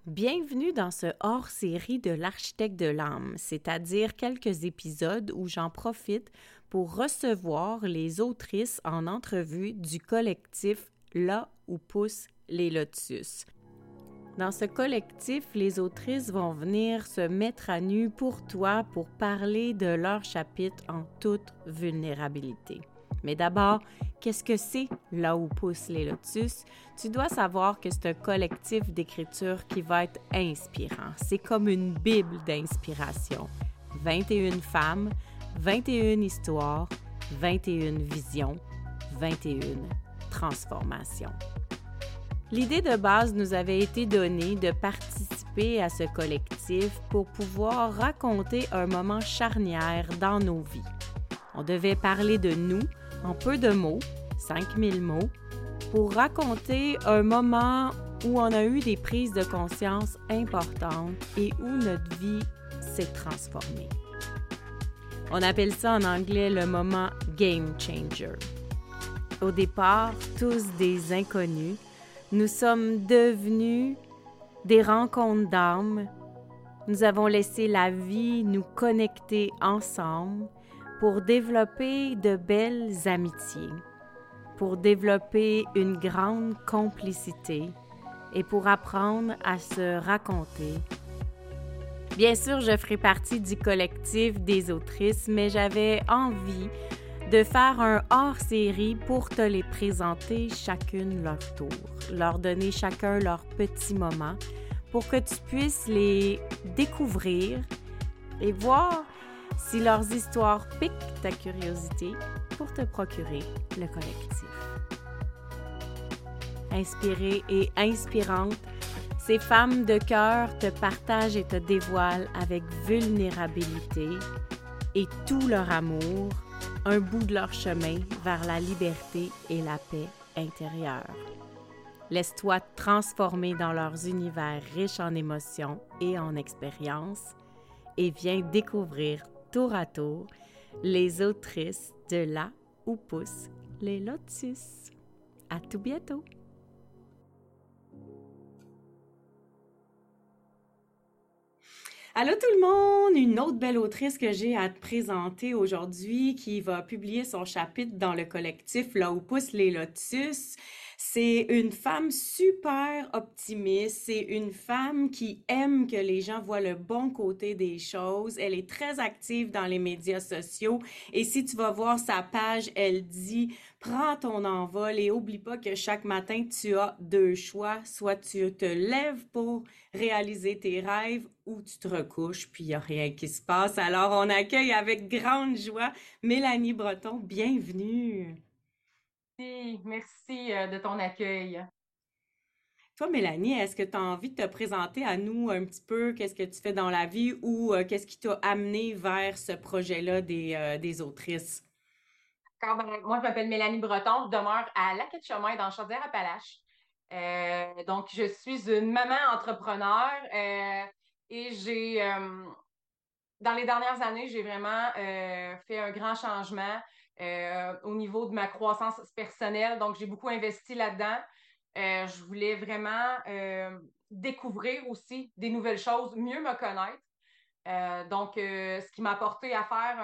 Bienvenue dans ce hors-série de l'Architecte de l'âme, c'est-à-dire quelques épisodes où j'en profite pour recevoir les autrices en entrevue du collectif Là où poussent les lotus. Dans ce collectif, les autrices vont venir se mettre à nu pour toi pour parler de leur chapitre en toute vulnérabilité. Mais d'abord, qu'est-ce que c'est Là où poussent les lotus? Tu dois savoir que c'est un collectif d'écriture qui va être inspirant. C'est comme une bible d'inspiration. 21 femmes, 21 histoires, 21 visions, 21 transformations. L'idée de base nous avait été donnée de participer à ce collectif pour pouvoir raconter un moment charnière dans nos vies. On devait parler de nous en peu de mots, 5000 mots, pour raconter un moment où on a eu des prises de conscience importantes et où notre vie s'est transformée. On appelle ça en anglais le moment game changer. Au départ, tous des inconnus, nous sommes devenus des rencontres d'âmes. Nous avons laissé la vie nous connecter ensemble pour développer de belles amitiés, pour développer une grande complicité et pour apprendre à se raconter. Bien sûr, je ferai partie du collectif des autrices, mais j'avais envie de faire un hors-série pour te les présenter chacune leur tour, leur donner chacun leur petit moment pour que tu puisses les découvrir et voir si leurs histoires piquent ta curiosité pour te procurer le collectif. Inspirée et inspirante, ces femmes de cœur te partagent et te dévoilent avec vulnérabilité et tout leur amour, un bout de leur chemin vers la liberté et la paix intérieure. Laisse-toi transformer dans leurs univers riches en émotions et en expériences et viens découvrir tour à tour les autrices de Là où poussent les lotus. À tout bientôt! Allô tout le monde! Une autre belle autrice que j'ai à te présenter aujourd'hui qui va publier son chapitre dans le collectif Là où poussent les lotus. C'est une femme super optimiste, c'est une femme qui aime que les gens voient le bon côté des choses. Elle est très active dans les médias sociaux et si tu vas voir sa page, elle dit « Prends ton envol et oublie pas que chaque matin, tu as deux choix. Soit tu te lèves pour réaliser tes rêves ou tu te recouches puis il n'y a rien qui se passe. » Alors, on accueille avec grande joie Mélanie Breton. Bienvenue! Merci de ton accueil. Toi, Mélanie, est-ce que tu as envie de te présenter à nous un petit peu qu'est-ce que tu fais dans la vie ou qu'est-ce qui t'a amené vers ce projet-là des autrices? Moi, je m'appelle Mélanie Breton, je demeure à Lac-Chemin dans Chaudière-Appalaches. Donc, je suis une maman entrepreneur et dans les dernières années, j'ai vraiment fait un grand changement au niveau de ma croissance personnelle. Donc, j'ai beaucoup investi là-dedans. Je voulais vraiment découvrir aussi des nouvelles choses, mieux me connaître. Ce qui m'a porté à faire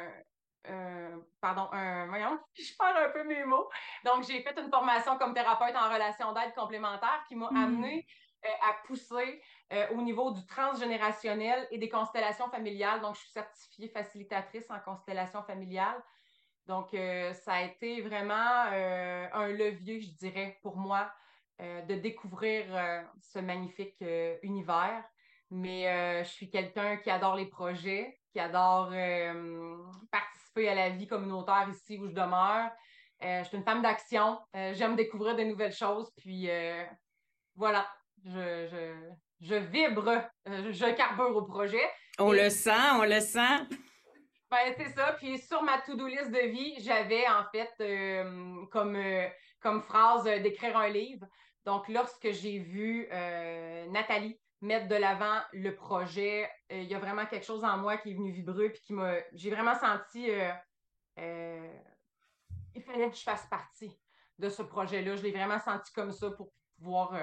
voyons, je perds un peu mes mots. Donc, j'ai fait une formation comme thérapeute en relation d'aide complémentaire qui m'a Hmm. amené à pousser au niveau du transgénérationnel et des constellations familiales. Donc, je suis certifiée facilitatrice en constellation familiale. Donc, ça a été vraiment un levier, je dirais, pour moi, de découvrir ce magnifique univers. Mais je suis quelqu'un qui adore les projets, qui adore participer à la vie communautaire ici où je demeure. Je suis une femme d'action. J'aime découvrir de nouvelles choses. Puis voilà, je vibre, je carbure au projet. On le Et sent, on le sent. ben, c'est ça. Puis sur ma to-do list de vie, j'avais en fait comme phrase d'écrire un livre. Donc, lorsque j'ai vu Nathalie mettre de l'avant le projet, il y a vraiment quelque chose en moi qui est venu vibrer, puis j'ai vraiment senti euh, il fallait que je fasse partie de ce projet-là. Je l'ai vraiment senti comme ça pour pouvoir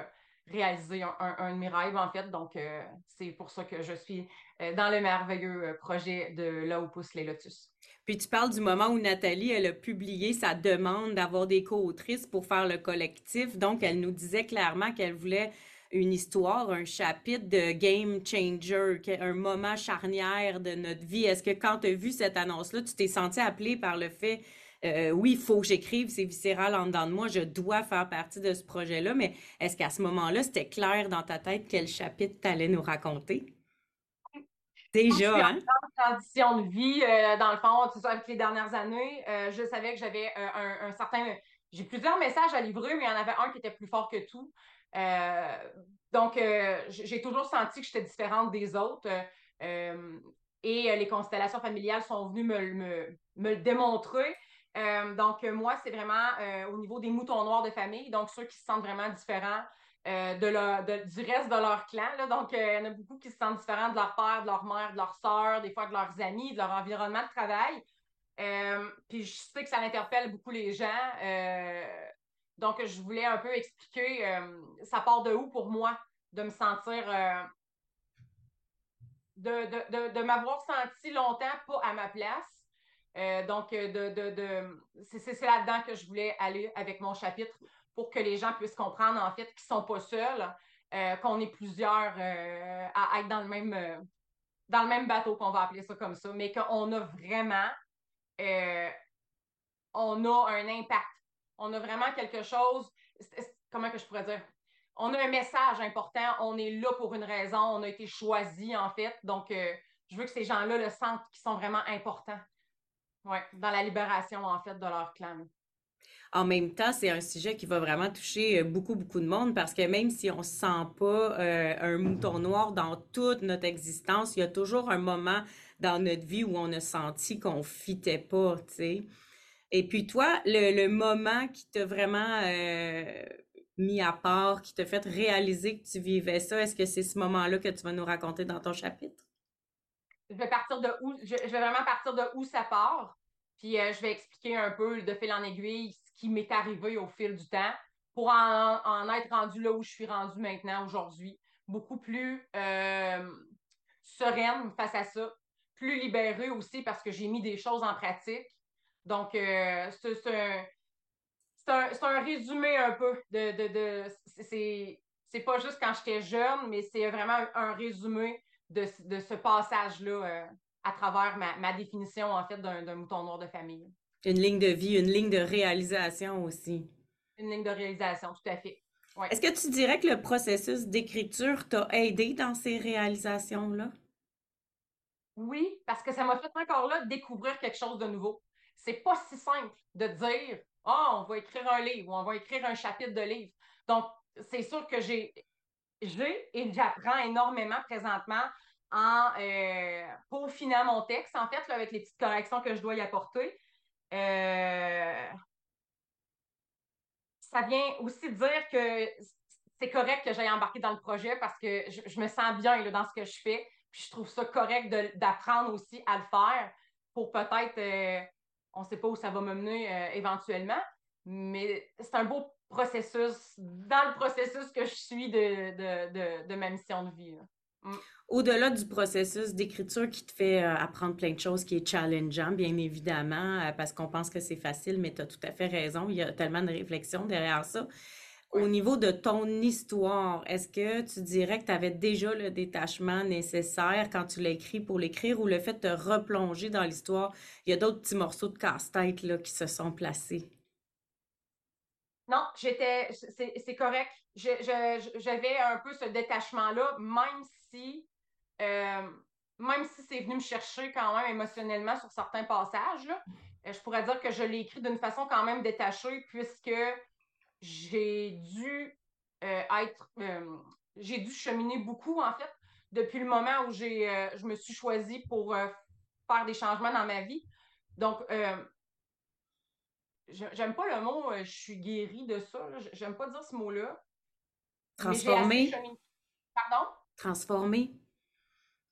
réaliser un de mes rêves, en fait. Donc, c'est pour ça que je suis dans le merveilleux projet de Là où poussent les lotus. Puis tu parles du moment où Nathalie, elle a publié sa demande d'avoir des co-autrices pour faire le collectif. Donc, elle nous disait clairement qu'elle voulait une histoire, un chapitre de game changer, un moment charnière de notre vie. Est-ce que quand tu as vu cette annonce-là, tu t'es senti appelé par le fait, oui, il faut que j'écrive, c'est viscéral en dedans de moi, je dois faire partie de ce projet-là, mais est-ce qu'à ce moment-là, c'était clair dans ta tête quel chapitre tu allais nous raconter? Comme je suis Déjà, en hein? transition de vie, dans le fond, tu sais, avec les dernières années, je savais que j'avais un certain. J'ai plusieurs messages à livrer, mais il y en avait un qui était plus fort que tout. Euh, donc, j'ai toujours senti que j'étais différente des autres. Euh, et les constellations familiales sont venues me le démontrer. Donc, moi, c'est vraiment au niveau des moutons noirs de famille, donc ceux qui se sentent vraiment différents du reste de leur clan. Là. Donc, il y en a beaucoup qui se sentent différents de leur père, de leur mère, de leur sœur, des fois de leurs amis, de leur environnement de travail. Puis je sais que ça interpelle beaucoup les gens. Donc, je voulais un peu expliquer ça part de où pour moi de me sentir, de m'avoir senti longtemps pas à ma place. Donc, c'est là-dedans que je voulais aller avec mon chapitre pour que les gens puissent comprendre, en fait, qu'ils ne sont pas seuls, qu'on est plusieurs à être dans le même bateau, qu'on va appeler ça comme ça, mais qu'on a vraiment, euh, on a un impact. On a vraiment quelque chose, comment que je pourrais dire? On a un message important, on est là pour une raison, on a été choisi, en fait. Donc, je veux que ces gens-là le sentent, qu'ils sont vraiment importants. Ouais, dans la libération, en fait, de leur clan. En même temps, c'est un sujet qui va vraiment toucher beaucoup, beaucoup de monde parce que même si on se sent pas un mouton noir dans toute notre existence, il y a toujours un moment dans notre vie où on a senti qu'on fitait pas, tu sais. Et puis toi, le moment qui t'a vraiment mis à part, qui t'a fait réaliser que tu vivais ça, est-ce que c'est ce moment-là que tu vas nous raconter dans ton chapitre? Je vais vraiment partir de où ça part, puis je vais expliquer un peu de fil en aiguille ce qui m'est arrivé au fil du temps pour en être rendu là où je suis rendue maintenant, aujourd'hui. Beaucoup plus sereine face à ça, plus libérée aussi parce que j'ai mis des choses en pratique. Donc, c'est un résumé un peu c'est pas juste quand j'étais jeune, mais c'est vraiment un résumé de ce passage-là à travers ma définition, en fait, d'un mouton noir de famille. Une ligne de vie, une ligne de réalisation aussi. Une ligne de réalisation, tout à fait. Oui. Est-ce que tu dirais que le processus d'écriture t'a aidé dans ces réalisations-là? Oui, parce que ça m'a fait encore là découvrir quelque chose de nouveau. C'est pas si simple de dire, on va écrire un livre ou on va écrire un chapitre de livre. Donc, c'est sûr que j'ai et j'apprends énormément présentement en peaufinant mon texte, en fait, là, avec les petites corrections que je dois y apporter. Euh, Ça vient aussi dire que c'est correct que j'aille embarquer dans le projet parce que je me sens bien là, dans ce que je fais. Puis je trouve ça correct d'apprendre aussi à le faire pour peut-être, on ne sait pas où ça va me mener éventuellement, mais c'est un beau processus, dans le processus que je suis de ma mission de vie. Là. Mm. Au-delà du processus d'écriture qui te fait apprendre plein de choses, qui est challengeant, bien évidemment, parce qu'on pense que c'est facile, mais tu as tout à fait raison, il y a tellement de réflexion derrière ça. Au Ouais. niveau de ton histoire, est-ce que tu dirais que tu avais déjà le détachement nécessaire quand tu l'as écrit pour l'écrire ou le fait de te replonger dans l'histoire, il y a d'autres petits morceaux de casse-tête là, qui se sont placés? Non, c'est correct. J'avais un peu ce détachement-là, euh, même si c'est venu me chercher quand même émotionnellement sur certains passages, là, je pourrais dire que je l'ai écrit d'une façon quand même détachée puisque j'ai dû être, j'ai dû cheminer beaucoup en fait depuis le moment où je me suis choisie pour faire des changements dans ma vie. Donc, j'aime pas le mot je suis guérie de ça. Là. J'aime pas dire ce mot-là, mais j'ai assez Transformé, cheminé. Pardon? transformé,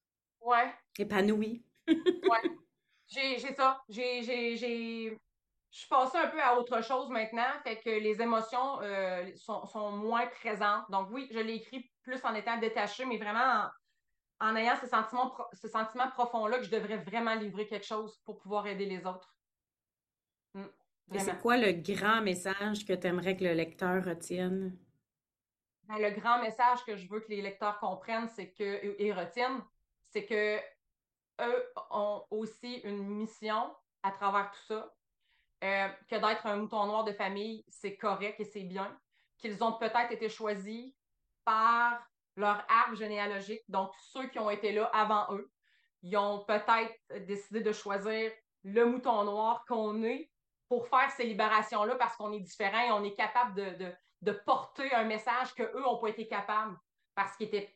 Ouais, épanoui. ouais. J'ai ça. J'ai Je suis passée un peu à autre chose maintenant, fait que les émotions sont moins présentes. Donc oui, je l'ai écrit plus en étant détachée, mais vraiment en ayant ce sentiment profond-là que je devrais vraiment livrer quelque chose pour pouvoir aider les autres. Mm, Et c'est vraiment. quoi le grand message que tu aimerais que le lecteur retienne? Ben, le grand message que je veux que les lecteurs comprennent, et retiennent, c'est que eux ont aussi une mission à travers tout ça, que d'être un mouton noir de famille, c'est correct et c'est bien, qu'ils ont peut-être été choisis par leur arbre généalogique, donc ceux qui ont été là avant eux. Ils ont peut-être décidé de choisir le mouton noir qu'on est pour faire ces libérations-là parce qu'on est différent et on est capable de porter un message qu'eux n'ont pas été capables parce qu'ils étaient,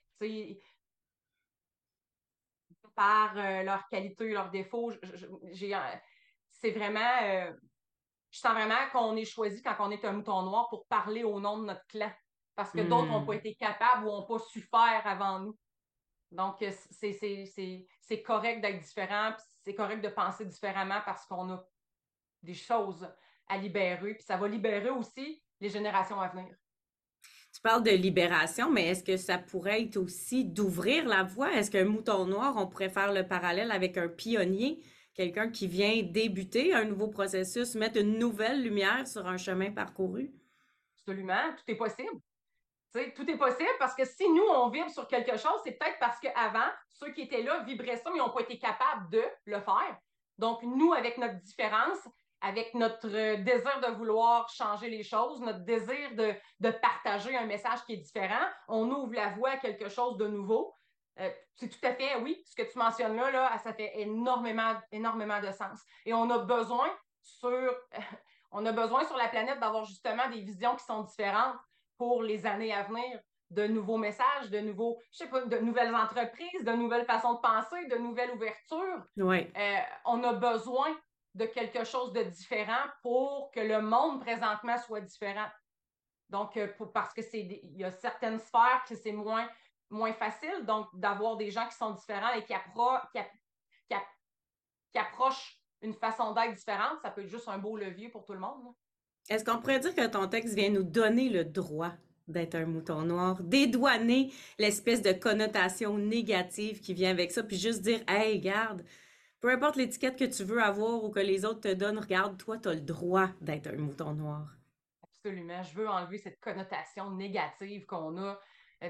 par leurs qualités, leurs défauts. C'est vraiment, je sens vraiment qu'on est choisi quand on est un mouton noir pour parler au nom de notre clan parce que d'autres n'ont pas Hmm. été capables ou n'ont pas su faire avant nous. Donc, c'est correct d'être différent, c'est correct de penser différemment parce qu'on a des choses à libérer, puis ça va libérer aussi les générations à venir. Tu parles de libération, mais est-ce que ça pourrait être aussi d'ouvrir la voie? Est-ce qu'un mouton noir, on pourrait faire le parallèle avec un pionnier, quelqu'un qui vient débuter un nouveau processus, mettre une nouvelle lumière sur un chemin parcouru? Absolument, tout est possible. Tu sais, tout est possible parce que si nous, on vibre sur quelque chose, c'est peut-être parce qu'avant, ceux qui étaient là vibraient ça, mais ils n'ont pas été capables de le faire. Donc, nous, avec notre différence, avec notre désir de vouloir changer les choses, notre désir de partager un message qui est différent, on ouvre la voie à quelque chose de nouveau. C'est tout à fait, oui, ce que tu mentionnes là, ça fait énormément, énormément de sens. Et sur, on a besoin sur la planète d'avoir justement des visions qui sont différentes pour les années à venir, de nouveaux messages, je sais pas, de nouvelles entreprises, de nouvelles façons de penser, de nouvelles ouvertures. Oui. On a besoin de quelque chose de différent pour que le monde présentement soit différent. Donc, parce que il y a certaines sphères que c'est moins facile, donc d'avoir des gens qui sont différents et qui, qui approchent une façon d'être différente, ça peut être juste un beau levier pour tout le monde. Est-ce qu'on pourrait dire que ton texte vient nous donner le droit d'être un mouton noir, dédouaner l'espèce de connotation négative qui vient avec ça, puis juste dire, hey, garde, peu importe l'étiquette que tu veux avoir ou que les autres te donnent, regarde, toi, t'as le droit d'être un mouton noir. Absolument. Je veux enlever cette connotation négative qu'on a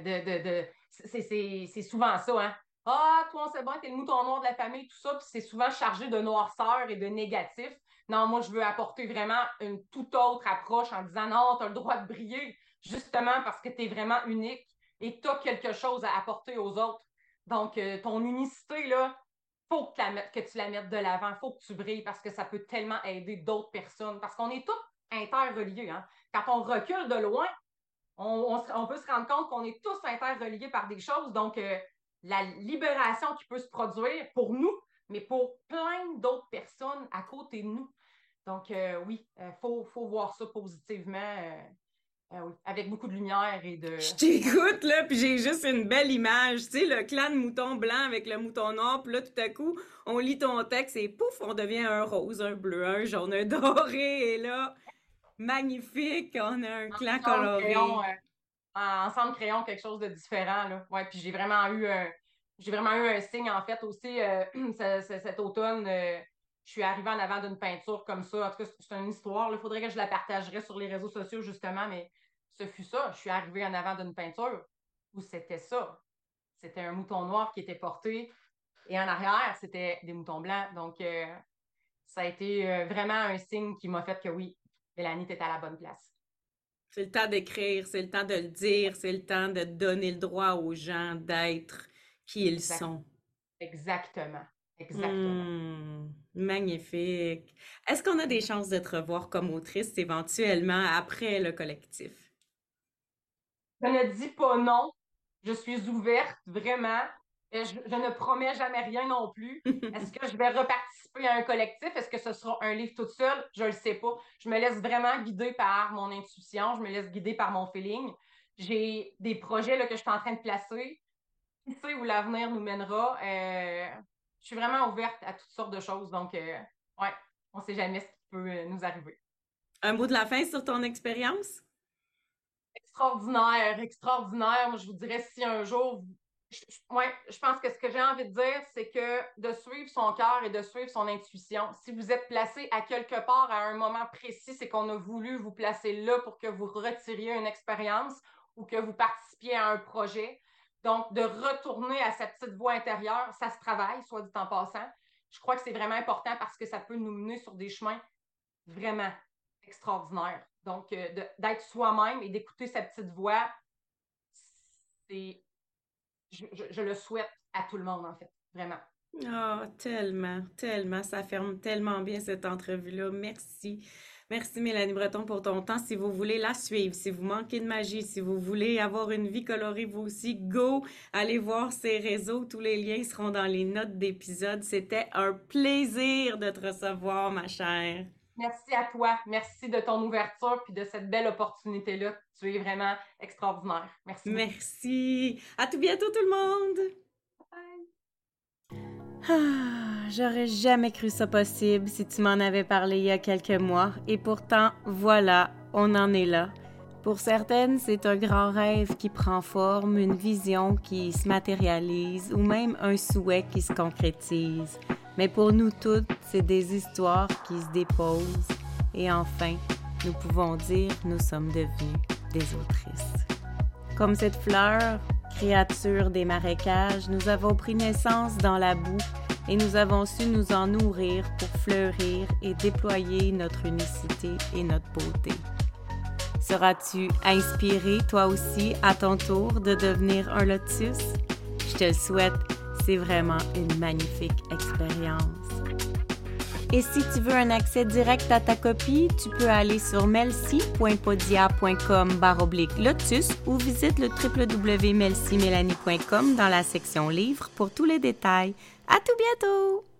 c'est souvent ça, hein? Ah, toi, on sait bien, t'es le mouton noir de la famille, tout ça, puis c'est souvent chargé de noirceur et de négatif. Non, moi, je veux apporter vraiment une toute autre approche en disant non, t'as le droit de briller, justement parce que t'es vraiment unique et t'as quelque chose à apporter aux autres. Donc, ton unicité, là, faut que tu la mettes de l'avant, faut que tu brilles parce que ça peut tellement aider d'autres personnes. Parce qu'on est tous interreliés, hein? Quand on recule de loin, on peut se rendre compte qu'on est tous interreliés par des choses. Donc, la libération qui peut se produire pour nous, mais pour plein d'autres personnes à côté de nous. Donc, oui, faut voir ça positivement, oui, avec beaucoup de lumière et Je de. Ouais, t'écoute, là, puis j'ai juste une belle image, tu sais, le clan de mouton blanc avec le mouton noir, puis là, tout à coup, on lit ton texte et pouf, on devient un rose, un bleu, un jaune, un doré, et là, magnifique, on a un clan ensemble, créons, coloré. ensemble, créons quelque chose de différent, là. Ouais, puis j'ai vraiment eu un signe, en fait, aussi, cet automne. Je suis arrivée en avant d'une peinture comme ça. En tout cas, c'est une histoire. Il faudrait que je la partagerais sur les réseaux sociaux, justement, mais ce fut ça. Je suis arrivée en avant d'une peinture où c'était ça. C'était un mouton noir qui était porté et en arrière, c'était des moutons blancs. Donc, ça a été vraiment un signe qui m'a fait que oui, Mélanie, était à la bonne place. C'est le temps d'écrire, c'est le temps de le dire, c'est le temps de donner le droit aux gens d'être qui ils Exact. sont. Exactement. Exactement. Magnifique. Est-ce qu'on a des chances de te revoir comme autrice éventuellement après le collectif? Je ne dis pas non. Je suis ouverte, vraiment. Je ne promets jamais rien non plus. Est-ce que je vais reparticiper à un collectif? Est-ce que ce sera un livre toute seule? Je ne le sais pas. Je me laisse vraiment guider par mon intuition. Je me laisse guider par mon feeling. J'ai des projets là, que je suis en train de placer. Qui sait où l'avenir nous mènera? Je suis vraiment ouverte à toutes sortes de choses. Donc, ouais, on ne sait jamais peut nous arriver. Un mot de la fin sur ton expérience? Extraordinaire, extraordinaire. Moi, je vous dirais si un jour, je pense que ce que j'ai envie de dire, c'est que de suivre son cœur et de suivre son intuition. Si vous êtes placé à quelque part à un moment précis, c'est qu'on a voulu vous placer là pour que vous retiriez une expérience ou que vous participiez à un projet. Donc, de retourner à sa petite voix intérieure, ça se travaille, soit dit en passant. Je crois que c'est vraiment important parce que ça peut nous mener sur des chemins vraiment extraordinaires. Donc, d'être soi-même et d'écouter sa petite voix, je le souhaite à tout le monde, en fait, vraiment. Ah, tellement, tellement. Ça ferme tellement bien cette entrevue-là. Merci. Merci Mélanie Breton pour ton temps. Si vous voulez la suivre, si vous manquez de magie, si vous voulez avoir une vie colorée vous aussi, go! Allez voir ses réseaux. Tous les liens seront dans les notes d'épisode. C'était un plaisir de te recevoir, ma chère. Merci à toi. Merci de ton ouverture puis de cette belle opportunité-là. Tu es vraiment extraordinaire. Merci. Merci. À tout bientôt, tout le monde. Bye. J'aurais jamais cru ça possible si tu m'en avais parlé il y a quelques mois. Et pourtant, voilà, on en est là. Pour certaines, c'est un grand rêve qui prend forme, une vision qui se matérialise ou même un souhait qui se concrétise. Mais pour nous toutes, c'est des histoires qui se déposent. Et enfin, nous pouvons dire nous sommes devenues des autrices. Comme cette fleur, créature des marécages, nous avons pris naissance dans la boue et nous avons su nous en nourrir pour fleurir et déployer notre unicité et notre beauté. Seras-tu inspiré, toi aussi, à ton tour, de devenir un lotus? Je te le souhaite, c'est vraiment une magnifique expérience. Et si tu veux un accès direct à ta copie, tu peux aller sur melcy.podia.com/lotus ou visite le www.melcymélanie.com dans la section livres pour tous les détails. À tout bientôt!